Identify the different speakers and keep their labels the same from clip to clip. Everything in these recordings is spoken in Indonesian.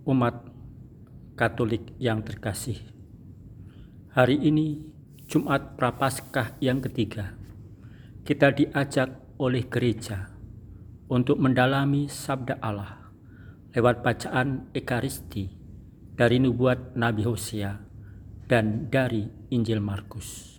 Speaker 1: Umat Katolik yang terkasih, hari ini Jumat Prapaskah yang ketiga, kita diajak oleh gereja untuk mendalami sabda Allah lewat bacaan Ekaristi dari nubuat Nabi Hosea dan dari Injil Markus.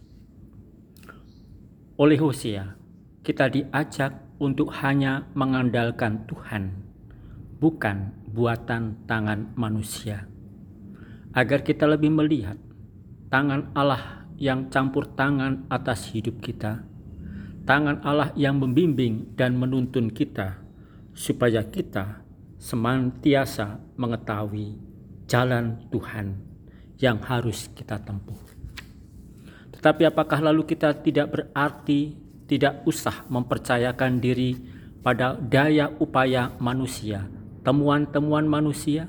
Speaker 1: Oleh Hosea, kita diajak untuk hanya mengandalkan Tuhan, bukan buatan tangan manusia, agar kita lebih melihat tangan Allah yang campur tangan atas hidup kita, tangan Allah yang membimbing dan menuntun kita, supaya kita senantiasa mengetahui jalan Tuhan yang harus kita tempuh. Tetapi apakah lalu kita tidak usah mempercayakan diri pada daya upaya manusia, temuan-temuan manusia?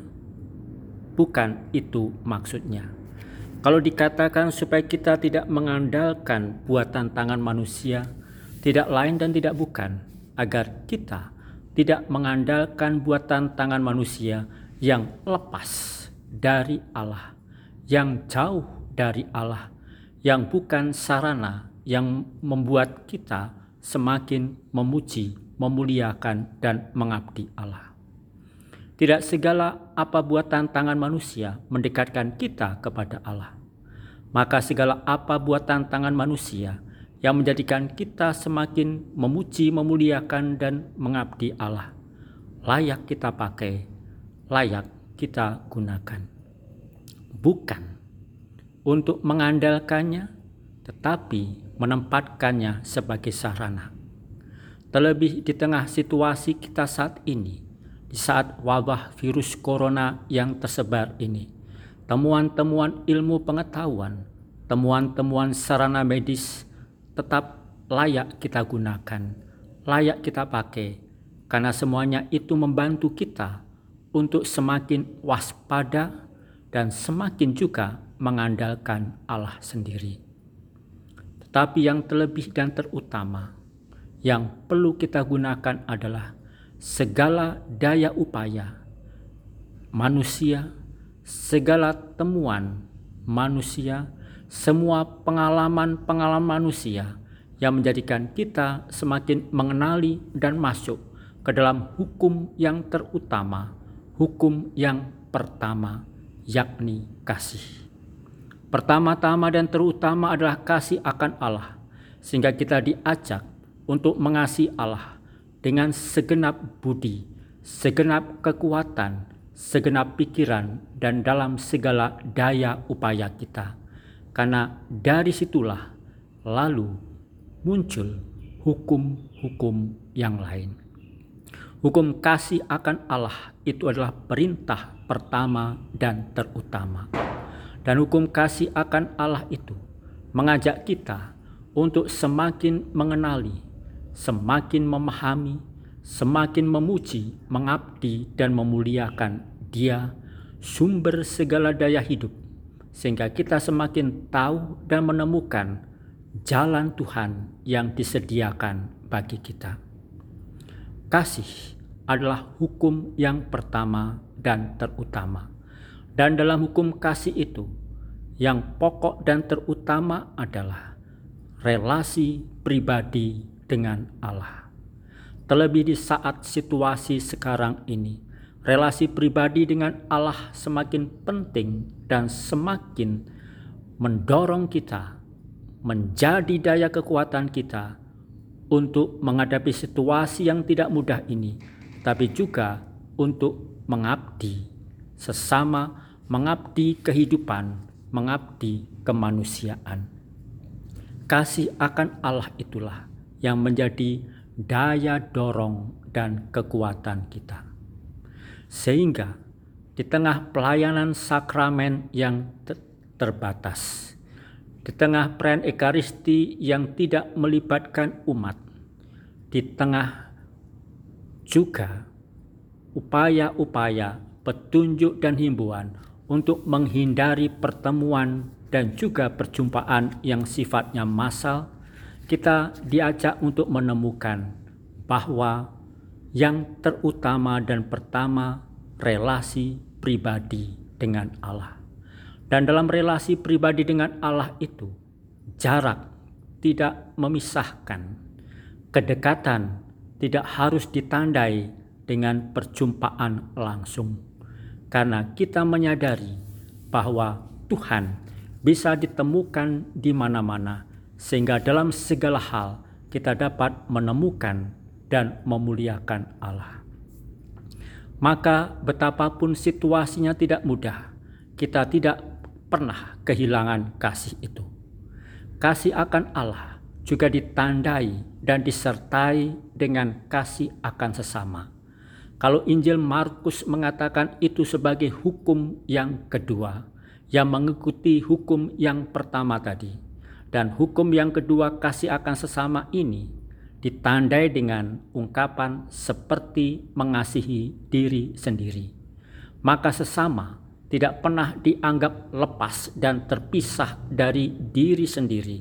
Speaker 1: Bukan itu maksudnya. Kalau dikatakan supaya kita tidak mengandalkan buatan tangan manusia, tidak lain dan tidak bukan agar kita tidak mengandalkan buatan tangan manusia yang lepas dari Allah, yang jauh dari Allah, yang bukan sarana yang membuat kita semakin memuji, memuliakan, dan mengabdi Allah. Tidak segala apa buatan tangan manusia mendekatkan kita kepada Allah. Maka segala apa buatan tangan manusia yang menjadikan kita semakin memuji, memuliakan, dan mengabdi Allah, layak kita pakai, layak kita gunakan. Bukan untuk mengandalkannya, tetapi menempatkannya sebagai sarana. Terlebih di tengah situasi kita saat ini, di saat wabah virus corona yang tersebar ini, temuan-temuan ilmu pengetahuan, temuan-temuan sarana medis tetap layak kita gunakan, layak kita pakai, karena semuanya itu membantu kita untuk semakin waspada dan semakin juga mengandalkan Allah sendiri. Tetapi yang terlebih dan terutama yang perlu kita gunakan adalah segala daya upaya manusia, segala temuan manusia, semua pengalaman-pengalaman manusia yang menjadikan kita semakin mengenali dan masuk ke dalam hukum yang terutama, hukum yang pertama, yakni kasih. Pertama-tama dan terutama adalah kasih akan Allah, sehingga kita diajak untuk mengasihi Allah dengan segenap budi, segenap kekuatan, segenap pikiran, dan dalam segala daya upaya kita. Karena dari situlah lalu muncul hukum-hukum yang lain. Hukum kasih akan Allah itu adalah perintah pertama dan terutama. Dan hukum kasih akan Allah itu mengajak kita untuk semakin mengenali, semakin memahami, semakin memuji, mengabdi, dan memuliakan Dia, sumber segala daya hidup, sehingga kita semakin tahu dan menemukan jalan Tuhan yang disediakan bagi kita. Kasih adalah hukum yang pertama dan terutama. Dan dalam hukum kasih itu, yang pokok dan terutama adalah relasi pribadi dengan Allah. Terlebih di saat situasi sekarang ini, relasi pribadi dengan Allah semakin penting dan semakin mendorong kita menjadi daya kekuatan kita untuk menghadapi situasi yang tidak mudah ini, tapi juga untuk mengabdi sesama, mengabdi kehidupan, mengabdi kemanusiaan. Kasih akan Allah itulah yang menjadi daya dorong dan kekuatan kita. Sehingga di tengah pelayanan sakramen yang terbatas, di tengah perayaan Ekaristi yang tidak melibatkan umat, di tengah juga upaya-upaya petunjuk dan himbauan untuk menghindari pertemuan dan juga perjumpaan yang sifatnya massal, kita diajak untuk menemukan bahwa yang terutama dan pertama relasi pribadi dengan Allah. Dan dalam relasi pribadi dengan Allah itu, jarak tidak memisahkan. Kedekatan tidak harus ditandai dengan perjumpaan langsung. Karena kita menyadari bahwa Tuhan bisa ditemukan di mana-mana, sehingga dalam segala hal kita dapat menemukan dan memuliakan Allah. Maka betapapun situasinya tidak mudah, kita tidak pernah kehilangan kasih itu. Kasih akan Allah juga ditandai dan disertai dengan kasih akan sesama. Kalau Injil Markus mengatakan itu sebagai hukum yang kedua, yang mengikuti hukum yang pertama tadi. Dan hukum yang kedua, kasih akan sesama ini ditandai dengan ungkapan seperti mengasihi diri sendiri. Maka sesama tidak pernah dianggap lepas dan terpisah dari diri sendiri.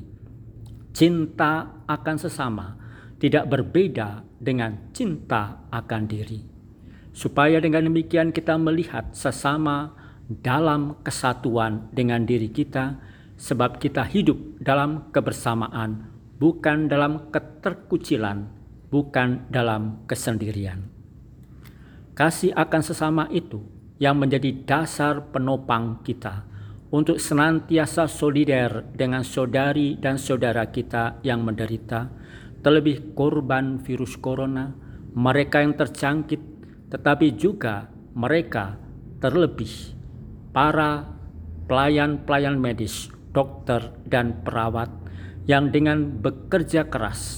Speaker 1: Cinta akan sesama tidak berbeda dengan cinta akan diri. Supaya dengan demikian kita melihat sesama dalam kesatuan dengan diri kita, sebab kita hidup dalam kebersamaan, bukan dalam keterkucilan, bukan dalam kesendirian. Kasih akan sesama itu yang menjadi dasar penopang kita untuk senantiasa solider dengan saudari dan saudara kita yang menderita, terlebih korban virus corona, mereka yang terjangkit, tetapi juga mereka terlebih para pelayan-pelayan medis, dokter dan perawat yang dengan bekerja keras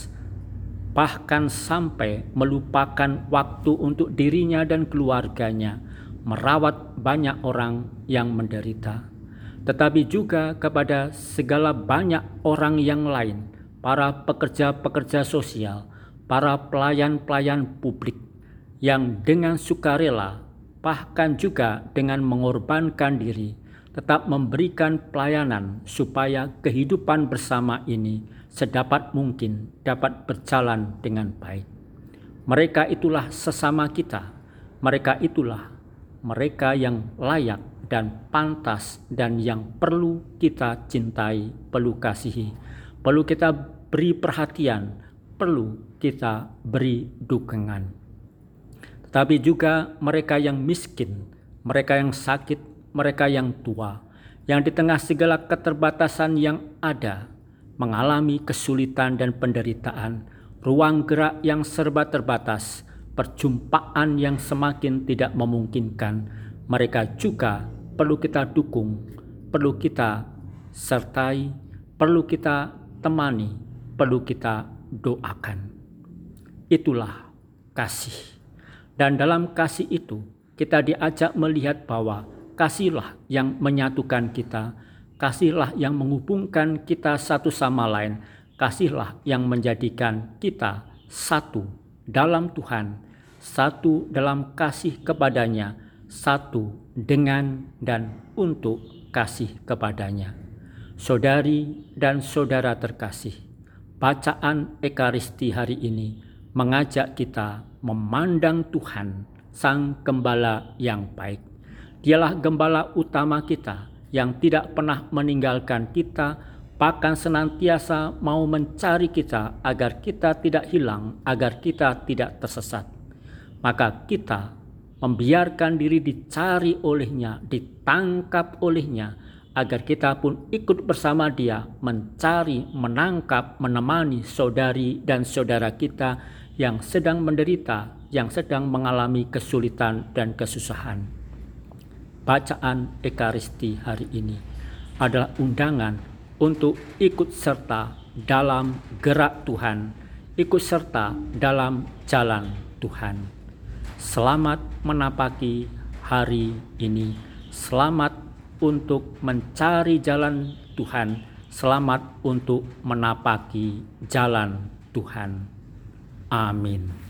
Speaker 1: bahkan sampai melupakan waktu untuk dirinya dan keluarganya merawat banyak orang yang menderita, tetapi juga kepada segala banyak orang yang lain, para pekerja-pekerja sosial, para pelayan-pelayan publik yang dengan sukarela bahkan juga dengan mengorbankan diri tetap memberikan pelayanan supaya kehidupan bersama ini sedapat mungkin dapat berjalan dengan baik. Mereka itulah sesama kita. Mereka itulah mereka yang layak dan pantas dan yang perlu kita cintai, perlu kasihi, perlu kita beri perhatian, perlu kita beri dukungan. Tetapi juga mereka yang miskin, mereka yang sakit, mereka yang tua, yang di tengah segala keterbatasan yang ada, mengalami kesulitan dan penderitaan, ruang gerak yang serba terbatas, perjumpaan yang semakin tidak memungkinkan, mereka juga perlu kita dukung, perlu kita sertai, perlu kita temani, perlu kita doakan. Itulah kasih. Dan dalam kasih itu kita diajak melihat bahwa kasihlah yang menyatukan kita, kasihlah yang menghubungkan kita satu sama lain, kasihlah yang menjadikan kita satu dalam Tuhan, satu dalam kasih kepadanya, satu dengan dan untuk kasih kepadanya. Saudari dan saudara terkasih, bacaan Ekaristi hari ini mengajak kita memandang Tuhan, Sang Gembala yang baik. Dialah gembala utama kita yang tidak pernah meninggalkan kita, bahkan senantiasa mau mencari kita agar kita tidak hilang, agar kita tidak tersesat. Maka kita membiarkan diri dicari olehnya, ditangkap olehnya, agar kita pun ikut bersama dia mencari, menangkap, menemani saudari dan saudara kita yang sedang menderita, yang sedang mengalami kesulitan dan kesusahan. Bacaan Ekaristi hari ini adalah undangan untuk ikut serta dalam gerak Tuhan, ikut serta dalam jalan Tuhan. Selamat menapaki hari ini, selamat untuk mencari jalan Tuhan, selamat untuk menapaki jalan Tuhan. Amin.